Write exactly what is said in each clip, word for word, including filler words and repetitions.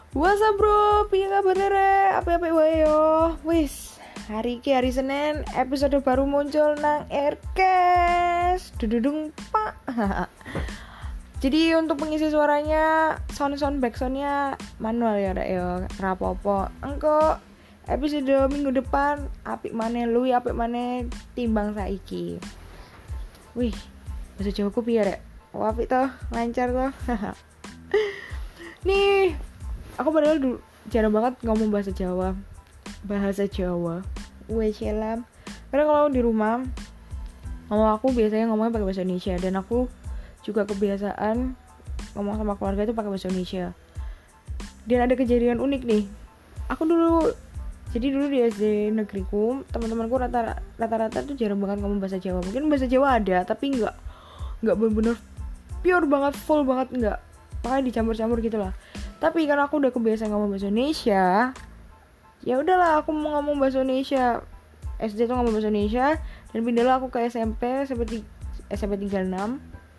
What's up bro, piye kabar re? Apa-apa wae yo. Wis, hari iki hari Senin, episode baru muncul nang Aircast. Dududung pak. Jadi untuk pengisi suaranya, sound-sound backsoundnya manual ya rek yo, rapopo. Engko episode minggu depan apik maneh luwi apik maneh timbang saiki. Wih, bahasa Jawaku piye rek? Oh, apik toh, lancar toh. Nih, aku padahal dulu jarang banget ngomong bahasa Jawa. Bahasa Jawa. Wes selam. Karena kalau di rumah ngomong aku biasanya ngomongnya pakai bahasa Indonesia dan aku juga kebiasaan ngomong sama keluarga itu pakai bahasa Indonesia. Dan ada kejadian unik nih. Aku dulu jadi dulu di S D negeriku, teman-temanku rata rata-rata tuh jarang banget ngomong bahasa Jawa. Mungkin bahasa Jawa ada, tapi enggak enggak benar-benar pure banget, full banget enggak. Makanya dicampur-campur gitu lah. Tapi karena aku udah kebiasaan ngomong bahasa Indonesia, ya udahlah aku mau ngomong bahasa Indonesia. S D tuh ngomong bahasa Indonesia dan pindahlah aku ke S M P seperti S M P tiga puluh enam.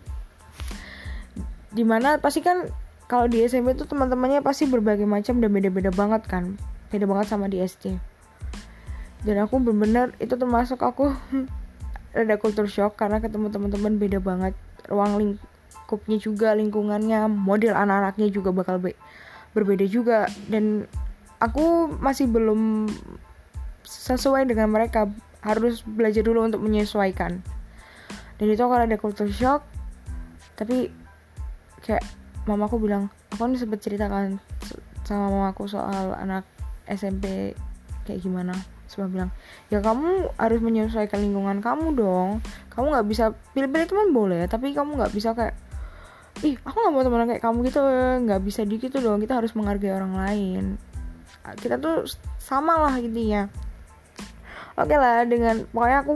Dimana pasti kan kalau di S M P tuh teman-temannya pasti berbagai macam dan beda-beda banget kan. Beda banget sama di S D. Dan aku benar-benar itu termasuk aku ada culture shock karena ketemu teman-teman beda banget. Ruang lingkupnya juga, lingkungannya, model anak-anaknya juga bakal be- berbeda juga. Dan aku masih belum sesuai dengan mereka, harus belajar dulu untuk menyesuaikan. Dan itu aku ada culture shock. Tapi kayak mamaku bilang, aku nih sempat ceritakan sama mamaku soal anak S M P kayak gimana. Semua bilang, ya kamu harus menyesuaikan lingkungan kamu dong. Kamu nggak bisa pilih-pilih teman boleh, tapi kamu nggak bisa kayak, ih aku nggak mau teman kayak kamu gitu. Nggak bisa gitu dong. Kita harus menghargai orang lain. Kita tuh sama lah intinya. Oke lah, dengan pokoknya aku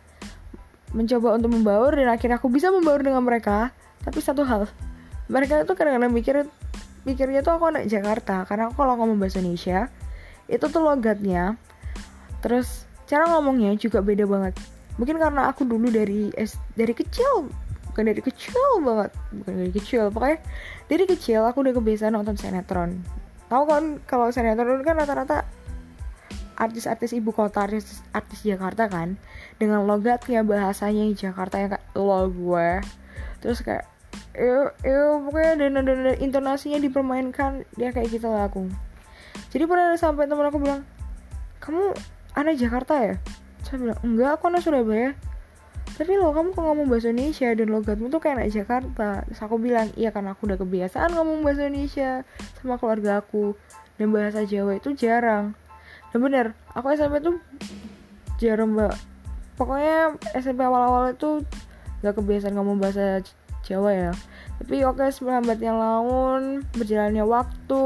mencoba untuk membaur dan akhirnya aku bisa membaur dengan mereka. Tapi satu hal, mereka tuh kadang-kadang mikir mikirnya tuh aku anak Jakarta karena aku kalau ngomong bahasa Indonesia itu tuh logatnya, terus cara ngomongnya juga beda banget. Mungkin karena aku dulu dari dari kecil, bukan dari kecil banget, bukan dari kecil, pokoknya dari kecil aku udah kebiasaan nonton sinetron. Tahu kan kalau sinetron kan rata-rata artis-artis ibu kota, artis artis Jakarta kan, dengan logatnya, bahasanya Jakarta yang kayak lo gue, terus kayak eu eu pokoknya dan, dan, dan intonasinya dipermainkan dia kayak gitu lah aku. Jadi pernah sampai teman aku bilang, kamu anak Jakarta ya? Saya bilang, enggak, aku anak Surabaya. Tapi lo kamu kok ngomong bahasa Indonesia dan logatmu tuh kayak anak Jakarta. Terus aku bilang, iya karena aku udah kebiasaan ngomong bahasa Indonesia sama keluarga aku. Dan bahasa Jawa itu jarang. Dan bener, aku S M P tuh jarang mbak. Pokoknya S M P awal-awal itu gak kebiasaan ngomong bahasa Jawa ya. Tapi oke, selambatnya laun, berjalannya waktu,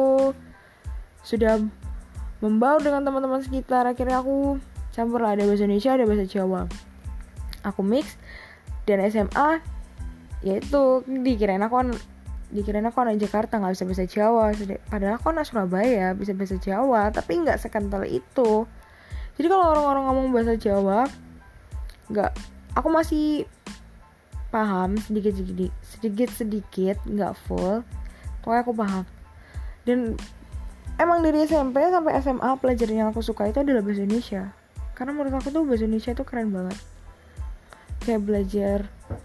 sudah membaur dengan teman-teman sekitar, akhirnya aku campur lah, ada bahasa Indonesia, ada bahasa Jawa. Aku mix. Dan S M A yaitu dikirain aku dikirain aku anak Jakarta nggak bisa bahasa Jawa, padahal aku anak Surabaya bisa bahasa Jawa, tapi nggak sekental itu. Jadi kalau orang-orang ngomong bahasa Jawa nggak, aku masih paham sedikit sedikit sedikit sedikit nggak full, pokoknya aku paham. Dan emang dari S M P sampai S M A pelajaran yang aku suka itu adalah bahasa Indonesia. Karena menurut aku tuh bahasa Indonesia itu keren banget. Kayak belajar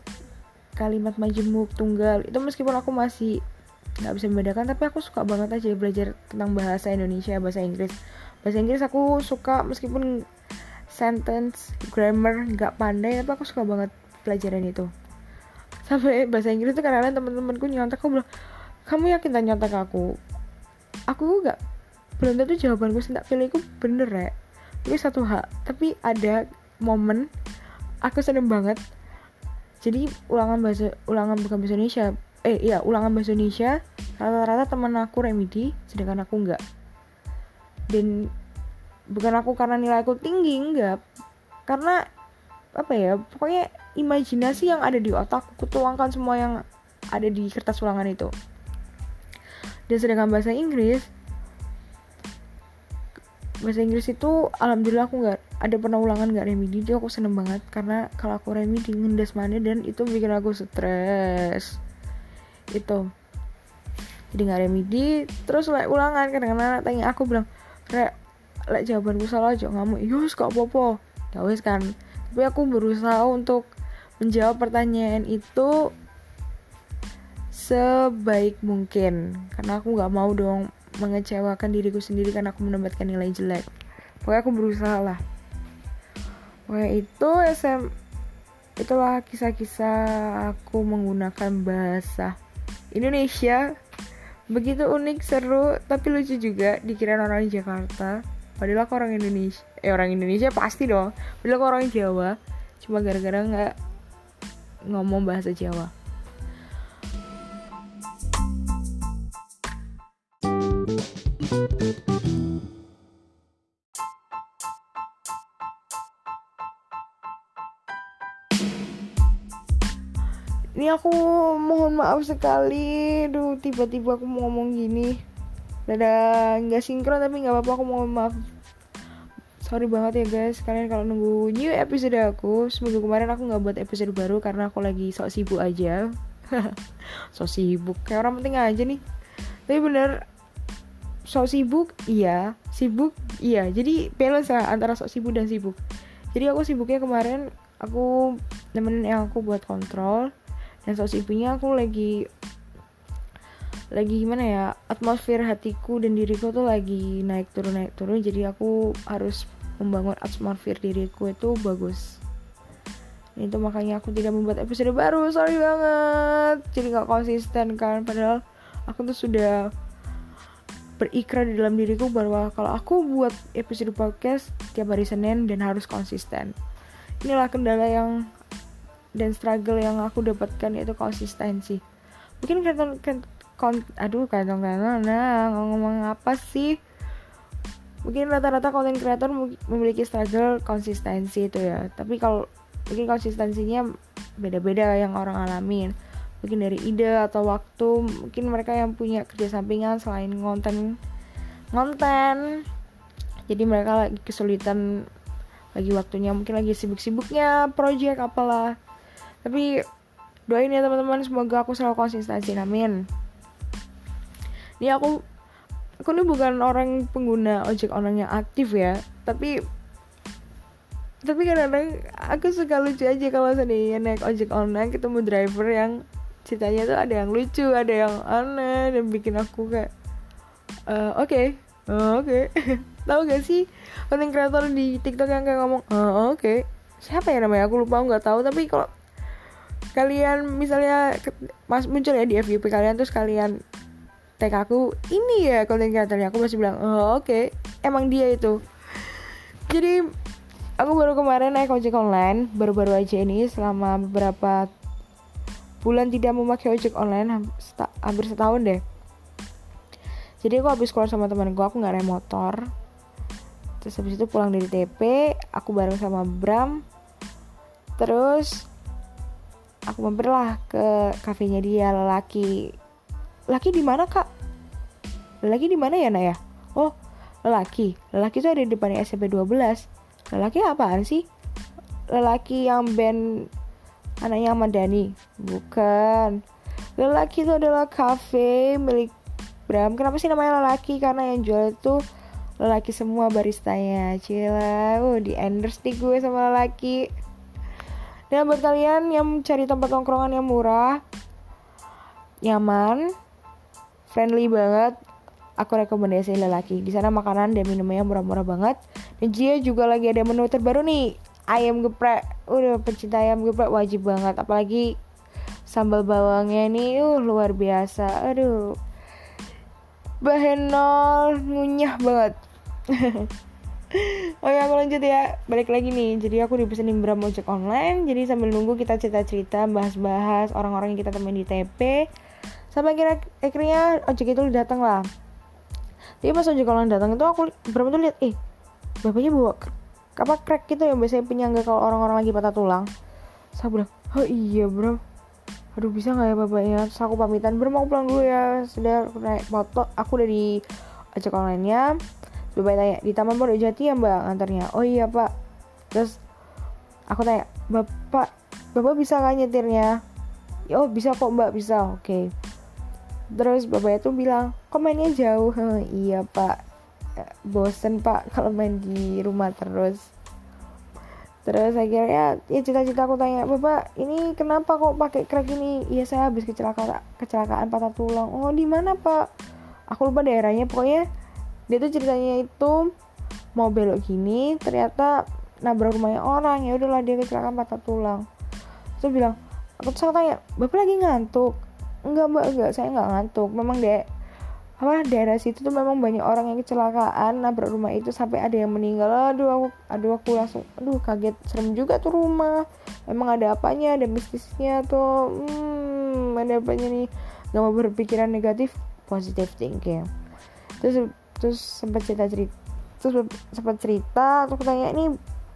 kalimat majemuk, tunggal, itu meskipun aku masih gak bisa membedakan, tapi aku suka banget aja belajar tentang bahasa Indonesia, bahasa Inggris. Bahasa Inggris aku suka meskipun sentence, grammar gak pandai, tapi aku suka banget pelajaran itu. Sampai bahasa Inggris tuh kadang-kadang teman-temanku nyontek, aku bilang, kamu yakin tak nyontek aku? Aku gak, belum tentu jawabanku sih tak pilihku bener ya. Itu satu hal. Tapi ada momen aku seneng banget. Jadi ulangan bahasa ulangan bukan bahasa Indonesia. Eh iya, ulangan bahasa Indonesia rata-rata teman aku remedi, sedangkan aku enggak. Dan bukan aku karena nilai aku tinggi, enggak. Karena apa ya? Pokoknya imajinasi yang ada di otakku, kutuangkan semua yang ada di kertas ulangan itu. Dan sedangkan bahasa Inggris bahasa Inggris itu alhamdulillah aku nggak ada pernah ulangan nggak remedi, jadi aku seneng banget karena kalau aku remedi ngendas mana dan itu bikin aku stres itu. jadi nggak remedi. Terus lek ulangan kadang-kadang tanya aku bilang kayak lek jawabanku salah aja ngamuk, yus gak apa-apa ya wis kan. Tapi aku berusaha untuk menjawab pertanyaan itu sebaik mungkin karena aku nggak mau dong mengecewakan diriku sendiri karena aku mendapatkan nilai jelek. Pokoknya aku berusaha lah. Pokoknya itu S M itulah kisah-kisah aku menggunakan bahasa Indonesia. Begitu unik, seru, tapi lucu juga. Dikira orang Jakarta padahal aku orang Indonesia. Eh orang Indonesia pasti dong. Padahal aku orang Jawa. Cuma gara-gara gak ngomong bahasa Jawa. Ini aku mohon maaf sekali. Duh, tiba-tiba aku mau ngomong gini. Dada gak sinkron tapi gak apa-apa, aku mohon maaf. Sorry banget ya guys, kalian kalau nunggu new episode aku. Seminggu kemarin aku gak buat episode baru karena aku lagi sok sibuk aja. Sok sibuk, kayak orang penting aja nih. Tapi bener, sok sibuk, iya. Sibuk, iya. Jadi balance lah antara sok sibuk dan sibuk. Jadi aku sibuknya kemarin, aku nemenin yang aku buat kontrol. Dan sok sibuknya aku lagi lagi gimana ya, atmosfer hatiku dan diriku tuh lagi naik turun naik turun. Jadi aku harus membangun atmosfer diriku itu bagus. Itu makanya aku tidak membuat episode baru, sorry banget. Jadi gak konsisten kan, padahal aku tuh sudah berikrar di dalam diriku bahwa kalau aku buat episode podcast tiap hari Senin dan harus konsisten. Inilah kendala yang dan struggle yang aku dapatkan, yaitu konsistensi. Mungkin kan kan kon, aduh kantong-kantong nah ngomong apa sih? Mungkin rata-rata konten kreator memiliki struggle konsistensi itu ya. Tapi kalau mungkin konsistensinya beda-beda yang orang alamin. Mungkin dari ide atau waktu. Mungkin mereka yang punya kerja sampingan selain konten konten. Jadi mereka lagi kesulitan lagi waktunya, mungkin lagi sibuk-sibuknya project apalah. Tapi doain ya teman-teman, semoga aku selalu konsistensi, amin. Ini aku aku ini bukan orang pengguna ojek online yang aktif ya, tapi tapi kadang-kadang aku suka lucu aja kalau seandainya naik ojek online ketemu driver yang ceritanya tuh ada yang lucu, ada yang aneh dan bikin aku kayak uh, oke okay. uh, oke okay. Tahu gak sih konten kreator di TikTok yang kayak ngomong uh, oke okay. Siapa ya namanya, aku lupa, nggak tahu. Tapi kalau kalian misalnya mas muncul ya di F Y P kalian, terus kalian tag aku, ini ya konten kreatornya, aku masih bilang oh oke okay. Emang dia itu. Jadi aku baru kemarin naik ojek online, baru-baru aja ini, selama beberapa bulan tidak memakai ojek online, hampir setahun deh. Jadi aku habis keluar sama temanku, aku nggak naik motor. Terus habis itu pulang dari T P, aku bareng sama Bram. Terus aku mampir lah ke kafenya dia, lelaki. Lelaki di mana kak? Lelaki di mana ya nak ya? Oh lelaki, lelaki itu ada di depannya S M P dua belas. Lelaki apaan sih? Lelaki yang band anaknya Ahmad Dhani? Bukan. Lelaki itu adalah kafe milik Bram. Kenapa sih namanya lelaki? Karena yang jual itu lelaki semua baristanya. Cila, uh, di endorse nih gue sama lelaki. Dan buat kalian yang cari tempat nongkrongan yang murah, nyaman, friendly banget, aku rekomendasiin lelaki. Di sana makanan dan minumnya murah-murah banget. Dan dia juga lagi ada menu terbaru nih, ayam geprek. Udah pecinta ayam geprek wajib banget. Apalagi sambal bawangnya nih, uh luar biasa. Aduh, bahenol, ngunyah banget. Oke aku lanjut ya, balik lagi nih. Jadi aku dipesenin Bram ojek online. Jadi sambil nunggu kita cerita-cerita, bahas-bahas orang-orang yang kita temuin di T P. Sampai akhirnya, akhirnya ojek itu datang lah. Jadi pas ojek online datang itu aku Bram tuh lihat, eh bapaknya bawa apa crack gitu yang biasanya penyangga kalau orang-orang lagi patah tulang. Saya bilang, oh iya Bram, aduh bisa nggak ya bapaknya? Terus aku pamitan, Bram aku pulang dulu ya. Sudah naik motor, aku udah di ojek online-nya. Bapak tanya, di Taman Pondok Jati ya mbak antarnya? Oh iya pak. Terus aku tanya, bapak bapak bisa nggak nyetirnya? Oh bisa kok mbak, bisa. Oke okay. Terus bapaknya tuh bilang, kok mainnya jauh? Iya pak, bosen pak kalau main di rumah terus. Terus akhirnya ya cita-cita aku tanya, bapak ini kenapa kok pakai krek ini? Iya saya habis kecelakaan kecelakaan patah tulang. Oh di mana pak? Aku lupa daerahnya, pokoknya dia tuh ceritanya itu mau belok gini ternyata nabrak rumahnya orang, ya udahlah dia kecelakaan patah tulang. Terus bilang, aku tuh tanya, bapak lagi ngantuk? Enggak mbak, enggak, saya enggak ngantuk, memang deh apa daerah situ tuh memang banyak orang yang kecelakaan nabrak rumah itu sampai ada yang meninggal. Aduh aku aduh aku langsung aduh kaget, serem juga tuh rumah, emang ada apanya, ada mistisnya tuh, hmm ada apanya nih. Gak mau berpikiran negatif, positive thinking. Terus terus sempat cerita cerita terus sempat cerita terus aku tanya, ini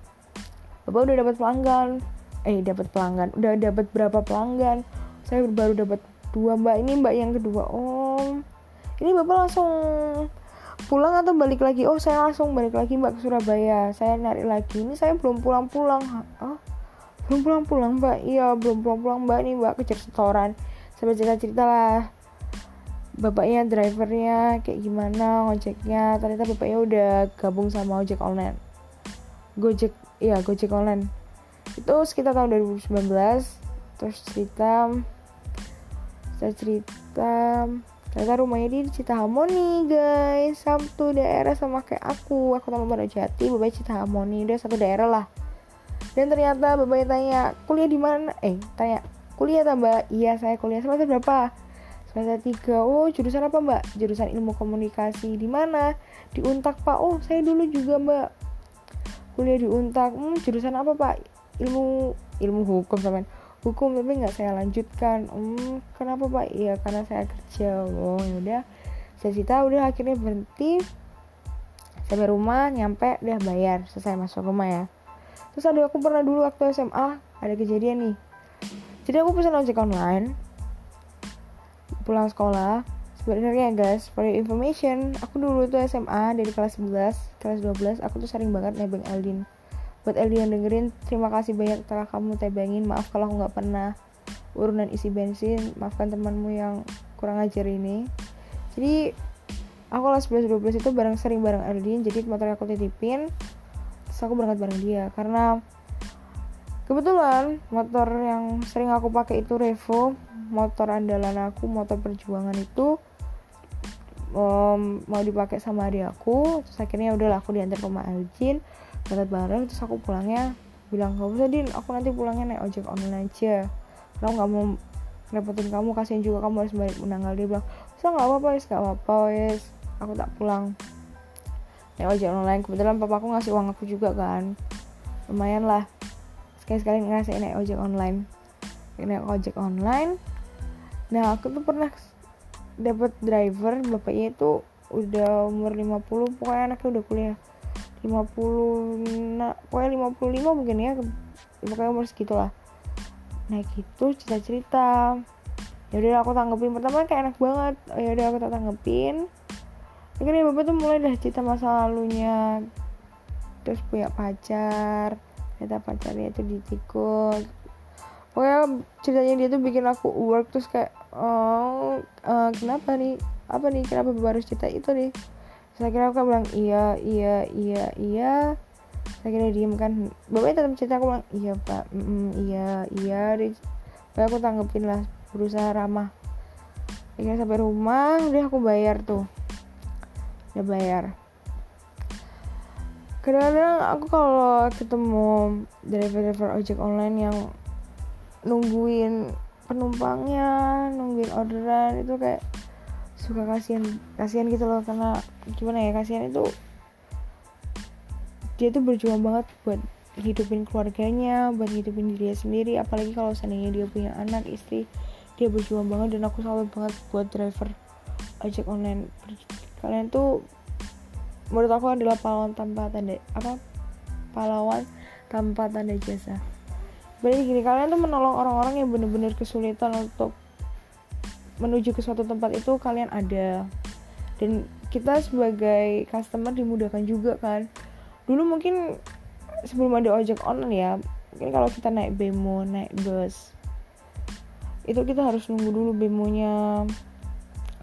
bapak udah dapat pelanggan eh dapat pelanggan udah dapat berapa pelanggan? Saya baru dapat dua mbak, ini mbak yang kedua. Om, ini bapak langsung pulang atau balik lagi? Oh saya langsung balik lagi mbak ke Surabaya, saya narik lagi, ini saya belum pulang-pulang. Oh belum pulang-pulang mbak? Iya belum pulang-pulang mbak, nih mbak kejar setoran. Sampai cerita-cerita lah bapaknya, drivernya kayak gimana, ojeknya. Ternyata bapaknya udah gabung sama ojek online, Gojek, iya Gojek online. Itu sekitar tahun dua ribu sembilan belas. Terus cerita saya cerita ternyata rumahnya di Citahamoni guys, satu daerah sama kayak aku aku sama Barajati, bapaknya Citahamoni, udah satu daerah lah. Dan ternyata bapaknya tanya, kuliah di mana? Eh tanya, kuliah tambah? Iya saya kuliah semester berapa? Semester tiga. Oh jurusan apa mbak? Jurusan ilmu komunikasi. Di mana? Di Untak pak. Oh saya dulu juga mbak kuliah di Untak. Hmm jurusan apa pak? Ilmu ilmu hukum sama hukum, tapi nggak saya lanjutkan. Hmm kenapa pak? Iya karena saya kerja. Oh ya udah, saya cerita, udah akhirnya berhenti sampai rumah, nyampe udah bayar, selesai masuk rumah ya. Terus ada aku pernah dulu waktu S M A ada kejadian nih. Jadi aku pesan ojek online pulang sekolah. Sebenarnya guys, for your information, aku dulu tuh S M A dari kelas sebelas, kelas dua belas aku tuh sering banget nebeng Eldin. Buat Eldi yang dengerin, terima kasih banyak telah kamu tebengin. Maaf kalau aku gak pernah urunan isi bensin. Maafkan temanmu yang kurang ajar ini. Jadi aku kelas sebelas dua belas itu bareng sering bareng Eldi. Jadi motornya aku titipin, terus aku berangkat bareng dia. Karena kebetulan motor yang sering aku pakai itu Revo, motor andalan aku, motor perjuangan itu um, mau dipakai sama adik aku. Terus akhirnya udahlah aku diantar ke rumah Eljin, berangkat bareng. Terus aku pulangnya bilang, gak usah Din, aku nanti pulangnya naik ojek online aja, karena aku gak mau ngerepotin kamu, kasihan juga kamu harus balik menanggal. Dia bilang, usah gak apa-apa wes, gak apa-apa wes, aku tak pulang naik ojek online. Kebetulan papaku ngasih uang aku juga kan, lumayan lah, sekali-sekali ngerasain naik ojek online. Naik ojek online. Nah aku tuh pernah dapat driver, bapaknya itu udah umur lima puluh, pokoknya anaknya udah kuliah lima puluh, nah, pokoknya lima puluh lima mungkin ya, pokoknya umur segitulah. Nah gitu cerita-cerita, ya udah aku tanggepin. Pertama kayak enak banget, ya udah aku tak tanggepin. Akhirnya bapak tuh mulai dah cerita masa lalunya, terus punya pacar, ternyata pacarnya itu ditikung. Pokoknya ceritanya dia tuh bikin aku work, terus kayak oh uh, kenapa nih, apa nih, kenapa bapak harus cerita itu nih. Saya kira aku bilang iya iya iya iya. Saya kira diem kan, bapaknya tetap cerita, aku bilang iya pak, mm, iya iya. Pokoknya aku tanggepin lah, berusaha ramah. Akhirnya sampai rumah, udah aku bayar tuh, udah bayar. Kadang-kadang aku kalau ketemu driver-driver ojek online yang nungguin penumpangnya, nungguin orderan, itu kayak suka kasihan kasihan gitu loh. Karena gimana ya, kasihan itu dia tuh berjuang banget buat hidupin keluarganya, buat hidupin dirinya sendiri. Apalagi kalau seandainya dia punya anak, istri, dia berjuang banget. Dan aku salut banget buat driver ojek online. Kalian tuh menurut aku adalah pahlawan tanpa tanda apa pahlawan tanpa tanda jasa. Berarti gini, kalian tuh menolong orang-orang yang benar-benar kesulitan untuk menuju ke suatu tempat itu, kalian ada. Dan kita sebagai customer dimudahkan juga kan. Dulu mungkin sebelum ada ojek online ya, mungkin kalau kita naik bemo, naik bus, itu kita harus nunggu dulu bemonya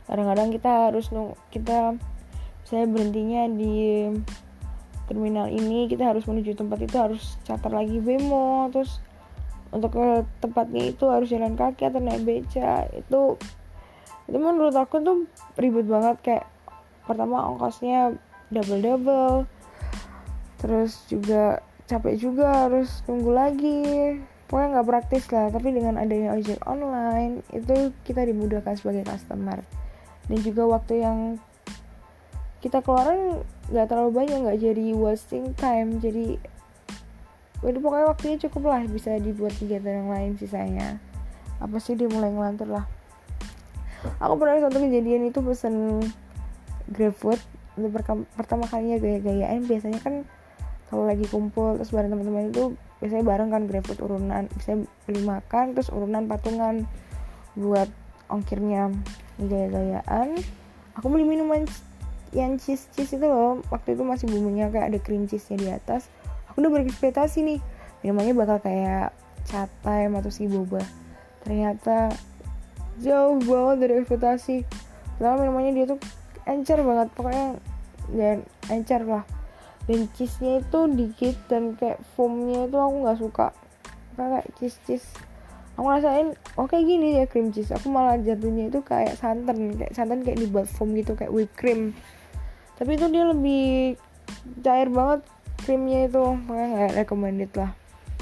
Kadang-kadang kita harus nung kita saya berhentinya di terminal ini, kita harus menuju tempat itu harus charter lagi bemo, terus untuk ke tempatnya itu harus jalan kaki atau naik beca. Itu itu menurut aku tuh ribet banget, kayak pertama ongkosnya double-double, terus juga capek juga harus tunggu lagi, pokoknya nggak praktis lah. Tapi dengan adanya ojek online itu kita dimudahkan sebagai customer, dan juga waktu yang kita keluarin nggak terlalu banyak, nggak jadi wasting time. Jadi itu pokoknya waktunya cukup lah, bisa dibuat kegiatan yang lain sisanya. Apa sih, dia mulai ngelantur lah. Aku pernah satu kejadian itu pesen GrabFood untuk perka- pertama kalinya gaya-gayaan. Biasanya kan kalau lagi kumpul terus bareng teman-teman itu biasanya bareng kan GrabFood urunan, bisa beli makan terus urunan patungan buat ongkirnya. Gaya-gayaan aku beli minuman yang cheese cheese itu loh, waktu itu masih bumbunya kayak ada cream cheese nya di atas. Aku udah berekspektasi nih minumannya bakal kayak chat time atau si boba, ternyata jauh banget dari ekspektasi. Pertama minumannya dia tuh encer banget, pokoknya dan encer lah, dan cheese nya itu dikit dan kayak foamnya itu aku nggak suka, kayak cheese cheese aku rasain oke okay, gini ya cream cheese. Aku malah jatuhnya itu kayak santan, kayak santan kayak dibuat foam gitu, kayak whipped cream, tapi itu dia lebih cair banget krimnya itu, makanya nggak recommended lah.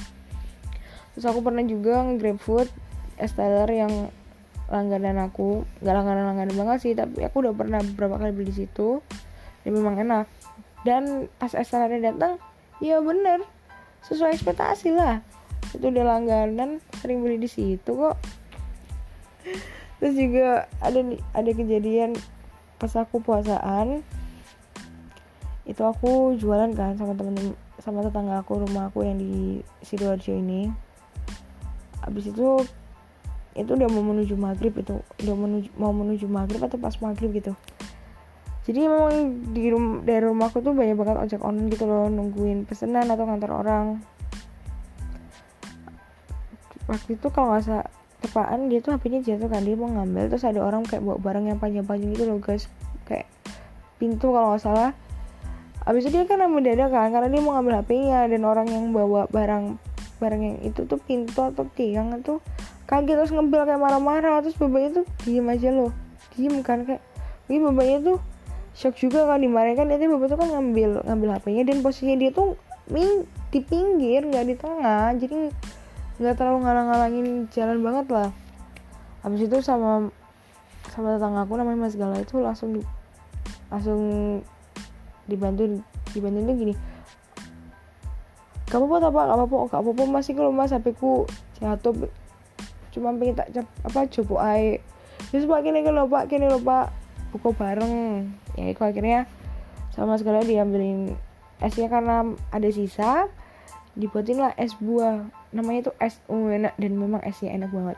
Terus aku pernah juga nge-grab food es teler yang langganan aku, nggak langganan-langganan banget sih, tapi aku udah pernah beberapa kali beli di situ dan memang enak. Dan pas es telernya datang, ya bener sesuai ekspektasi lah. Itu udah langganan, sering beli di situ kok. Terus juga ada nih, ada kejadian pas aku puasaan. Itu aku jualan kan sama temen sama tetangga aku, rumah aku yang di Sidoarjo ini. Abis itu itu udah mau menuju maghrib, itu udah menuju, mau menuju maghrib atau pas maghrib gitu. Jadi memang di rum, dari rumahku tuh banyak banget ojek online gitu loh, nungguin pesanan atau ngantar orang. Waktu itu kalau nggak salah tepaan dia tuh H P-nya jatuh kan, dia mau ngambil, terus ada orang kayak bawa barang yang panjang-panjang gitu loh guys, kayak pintu kalau nggak salah. Abis itu dia kan mendadak kan, karena dia mau ngambil H P-nya, dan orang yang bawa barang barang yang itu tuh pintu atau tiang itu kaget terus ngebel kayak marah-marah. Terus bapaknya tuh diem aja loh, diem kan, kayak ini bapaknya tuh shock juga kan, dimarahin kan. Nanti bapak tuh kan ngambil ngambil H P-nya, dan posisinya dia tuh ming, di pinggir, nggak di tengah, jadi nggak terlalu ngalang-ngalangin jalan banget lah. Habis itu sama sama tetangga aku namanya Mas Gala itu langsung di, langsung dibantu dibantu tuh gini, kamu buat apa? Gak apa-apa, gak apa-apa masih kalau mas H P ku jatuh, cuma pengen tak cap, apa coba air. Terus pak kini kalau pak kini lo pak buka bareng. Ya itu akhirnya sama sekali diambilin esnya karena ada sisa, dibuatin lah es buah, namanya tuh es oh, enak, dan memang esnya enak banget.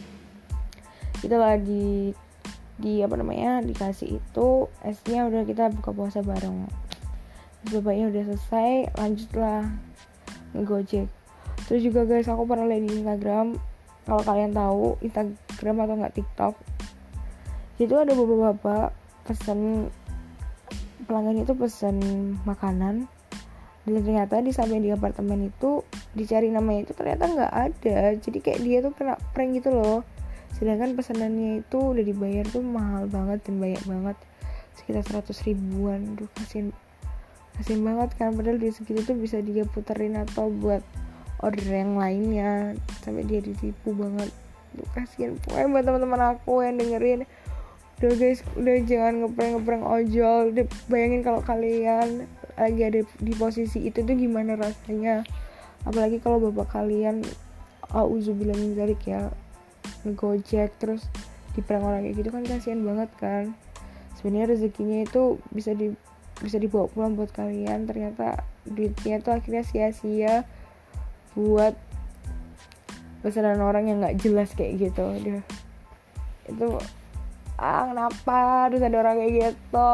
Kita lah di di apa namanya dikasih itu esnya, udah kita buka puasa bareng. Terus bapaknya udah selesai, lanjutlah ngegojek. Terus juga guys, aku pernah lihat di Instagram, kalau kalian tahu Instagram atau nggak TikTok, itu ada bapak-bapak pesan, pelanggan itu pesan makanan, dan ternyata di sampai di apartemen itu dicari namanya itu ternyata nggak ada. Jadi kayak dia tuh kena prank gitu loh, sedangkan pesanannya itu udah dibayar tuh mahal banget dan banyak banget, sekitar seratus ribuan. Duh kasian kasian banget kan, padahal duit segitu tuh bisa dia puterin atau buat order yang lainnya, sampai dia ditipu banget. Duh kasian. Pokoknya buat teman-teman aku yang dengerin, udah guys, udah jangan ngeprank ngeprank ojol. Udah bayangin kalau kalian lagi ada di posisi itu tuh gimana rasanya, apalagi kalau bapak kalian auzubillah min dzalik ya, ngegojek terus di prank orang kayak gitu kan, kasihan banget kan. Sebenarnya rezekinya itu bisa di bisa dibawa pulang buat kalian, ternyata duitnya tuh akhirnya sia-sia buat pesanan orang yang nggak jelas kayak gitu. Aduh, itu ah kenapa terus ada orang kayak gitu.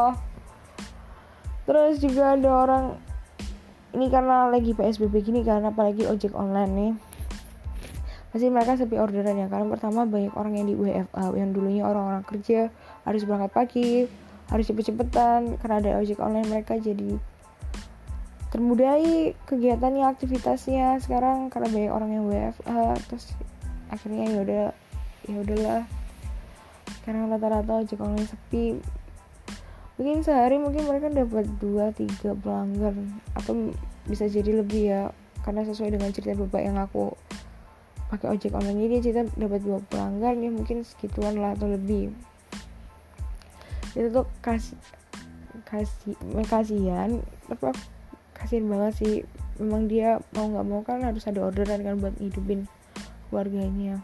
Terus juga ada orang ini karena lagi P S B B gini kan, apalagi ojek online nih, pasti mereka sepi orderan ya, karena pertama banyak orang yang di W F H, yang dulunya orang-orang kerja harus berangkat pagi, harus cepet-cepetan, karena ada ojek online mereka jadi termudahi kegiatannya, aktivitasnya sekarang karena banyak orang yang W F H. Terus akhirnya ya udah ya udahlah sekarang rata-rata ojek online sepi. Mungkin sehari mungkin mereka dapat dua tiga pelanggan atau bisa jadi lebih ya, karena sesuai dengan cerita bapak yang aku pakai ojek online ini, dia cerita dapat dua pelanggan ya, mungkin segituan lah atau lebih. Itu tuh kasih kasih kasihan apa kasihan banget sih, memang dia mau nggak mau kan harus ada orderan kan buat hidupin keluarganya.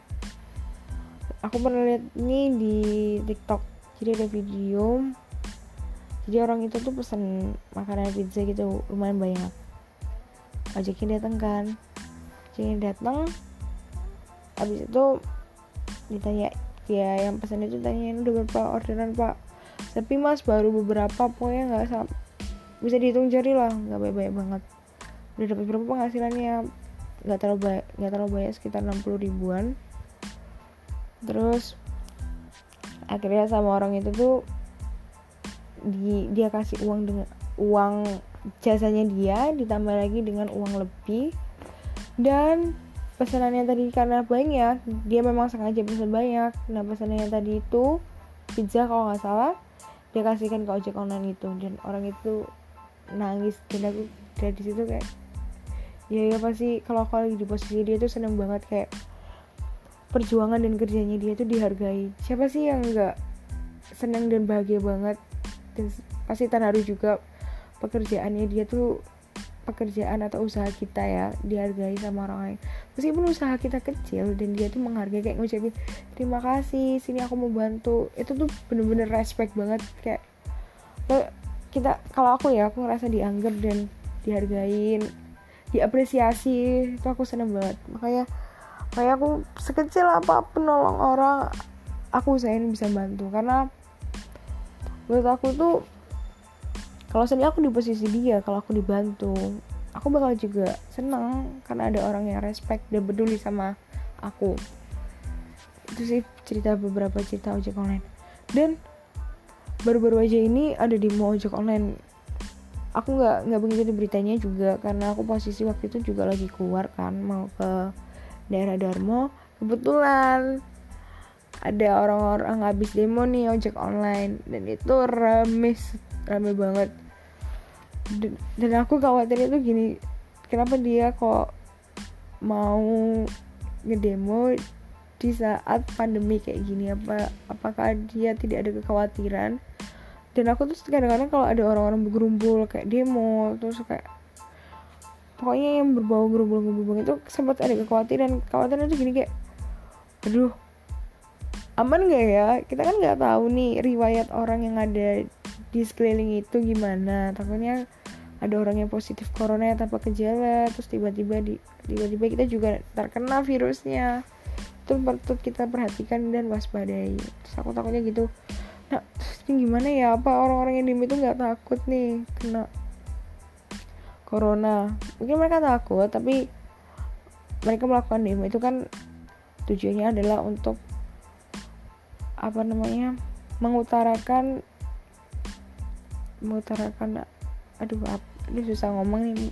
Aku pernah lihat ini di TikTok, jadi ada video, jadi orang itu tuh pesan makanan pizza gitu lumayan banyak, ojeknya datang kan, ojeknya datang, habis itu ditanya, dia yang pesan itu tanyain udah berapa orderan pak, tapi mas baru beberapa, pokoknya nggak sam- bisa dihitung jari lah, nggak banyak-banyak banget. Udah dapat berapa penghasilannya, nggak terlalu banyak, nggak terlalu banyak, sekitar enam puluh ribuan. Terus akhirnya sama orang itu tuh di, dia kasih uang dengan uang jasanya dia ditambah lagi dengan uang lebih, dan pesanannya tadi karena banyak, dia memang sengaja pesan banyak. Nah pesanannya tadi itu pizza kalau nggak salah, dia kasihkan ke ojek online itu, dan orang itu nangis. Dan aku dari situ kayak ya ya pasti kalau aku lagi di posisi dia tuh seneng banget, kayak perjuangan dan kerjanya dia tuh dihargai. Siapa sih yang nggak seneng dan bahagia banget, dan pasti terharu juga pekerjaannya dia tuh, pekerjaan atau usaha kita ya dihargai sama orang lain, meskipun usaha kita kecil, dan dia tuh menghargai, kayak ngucapin terima kasih, sini aku mau bantu. Itu tuh bener-bener respect banget, kayak kita, kalau aku ya aku ngerasa dianggap dan dihargain, diapresiasi, itu aku seneng banget. Makanya kayak aku sekecil apapun nolong orang, aku usahain bisa bantu, karena menurut aku tuh kalau sendiri aku di posisi dia, kalau aku dibantu, aku bakal juga seneng karena ada orang yang respect dan peduli sama aku. Itu sih cerita beberapa cerita ojek online. Dan baru-baru aja ini ada demo ojek online. Aku nggak nggak begitu beritanya juga karena aku posisi waktu itu juga lagi keluar kan, mau ke daerah Darmo. Kebetulan ada orang-orang habis demo nih ojek online, dan itu rame rame banget. Dan, dan aku khawatir itu gini, kenapa dia kok mau ngedemo di saat pandemi kayak gini, apa apakah dia tidak ada kekhawatiran. Dan aku tuh kadang-kadang kalau ada orang-orang bergerumpul kayak demo, terus kayak pokoknya yang berbau gerumpul-gerumpul itu sempat ada kekhawatiran. Kekhawatiran itu gini kayak, aduh aman gak ya, kita kan nggak tahu nih riwayat orang yang ada di sekeliling itu gimana. Takutnya ada orang yang positif corona tanpa gejala, terus tiba-tiba di, tiba-tiba kita juga terkena virusnya. Itu patut kita perhatikan dan waspadai. Terus aku takutnya gitu. Nah terus ini gimana ya, apa orang-orang yang demo itu nggak takut nih kena corona? Mungkin mereka takut, tapi mereka melakukan demo itu kan tujuannya adalah untuk apa namanya mengutarakan mengutarakan aduh apa ini susah ngomong nih,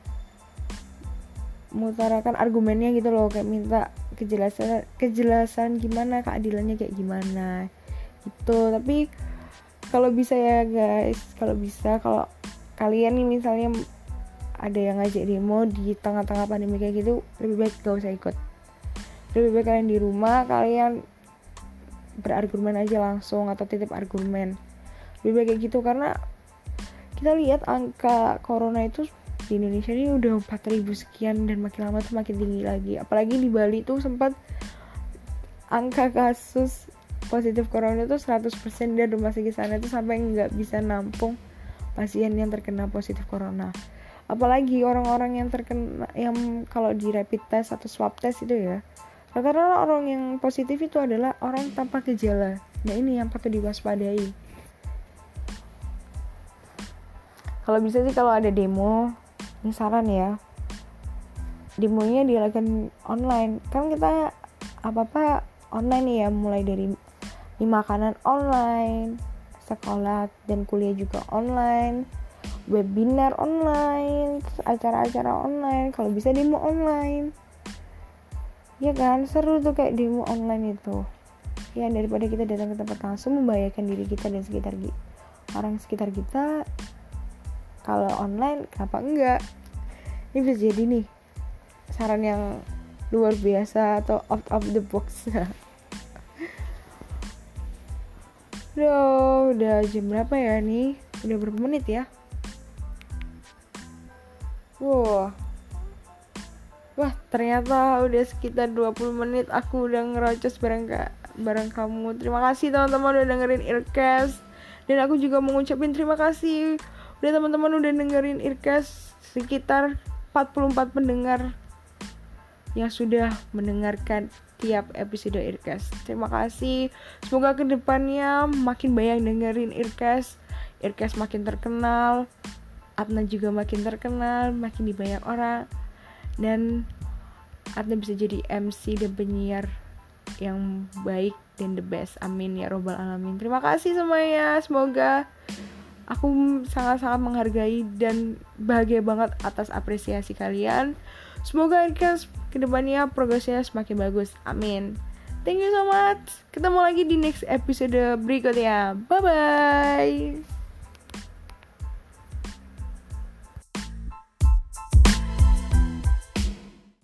mengutarakan argumennya gitu loh, kayak minta kejelasan kejelasan gimana, keadilannya kayak gimana gitu. Tapi kalau bisa ya guys, kalau bisa kalau kalian nih misalnya ada yang ngajak demo di tengah-tengah pandemi kayak gitu, lebih baik gak usah ikut. Lebih baik kalian di rumah, kalian berargumen aja langsung atau titip argumen, lebih baik kayak gitu. Karena kita lihat angka corona itu di Indonesia ini udah empat ribu sekian, dan makin lama tuh makin tinggi lagi. Apalagi di Bali tuh sempat angka kasus positif corona itu seratus persen, dan rumah sakit sana tuh sampai nggak bisa nampung pasien yang terkena positif corona. Apalagi orang-orang yang terkena, yang kalau di rapid test atau swab test itu ya, rata-rata orang yang positif itu adalah orang tanpa gejala. Nah ini yang patut diwaspadai. Kalau bisa sih kalau ada demo, ini saran ya, demonya dilakukan online. Kan kita apa-apa online nih ya, mulai dari makanan online, sekolah dan kuliah juga online, webinar online, acara-acara online, kalau bisa demo online. Ya kan, seru tuh kayak demo online itu. Ya daripada kita datang ke tempat langsung membahayakan diri kita dan sekitar orang sekitar kita. Kalau online kenapa enggak? Ini bisa jadi nih saran yang luar biasa atau out of the box. Duh, udah jam berapa ya nih? Udah berapa menit ya? Wow. Wah, ternyata udah sekitar dua puluh menit aku udah ngerocos bareng ka- bareng kamu. Terima kasih teman-teman udah dengerin Earcast. Dan aku juga mau ngucapin terima kasih udah teman-teman udah dengerin Earcast, sekitar empat puluh empat pendengar yang sudah mendengarkan tiap episode Earcast. Terima kasih. Semoga kedepannya makin banyak dengerin Earcast. Earcast makin terkenal, Adna juga makin terkenal, makin di banyak orang, dan Adna bisa jadi M C dan penyiar yang baik dan the best. Amin ya robbal alamin. Terima kasih semuanya. Semoga aku sangat-sangat menghargai dan bahagia banget atas apresiasi kalian. Semoga Earcast kedepannya progresnya semakin bagus. Amin. Thank you so much. Ketemu lagi di next episode berikutnya. Bye bye.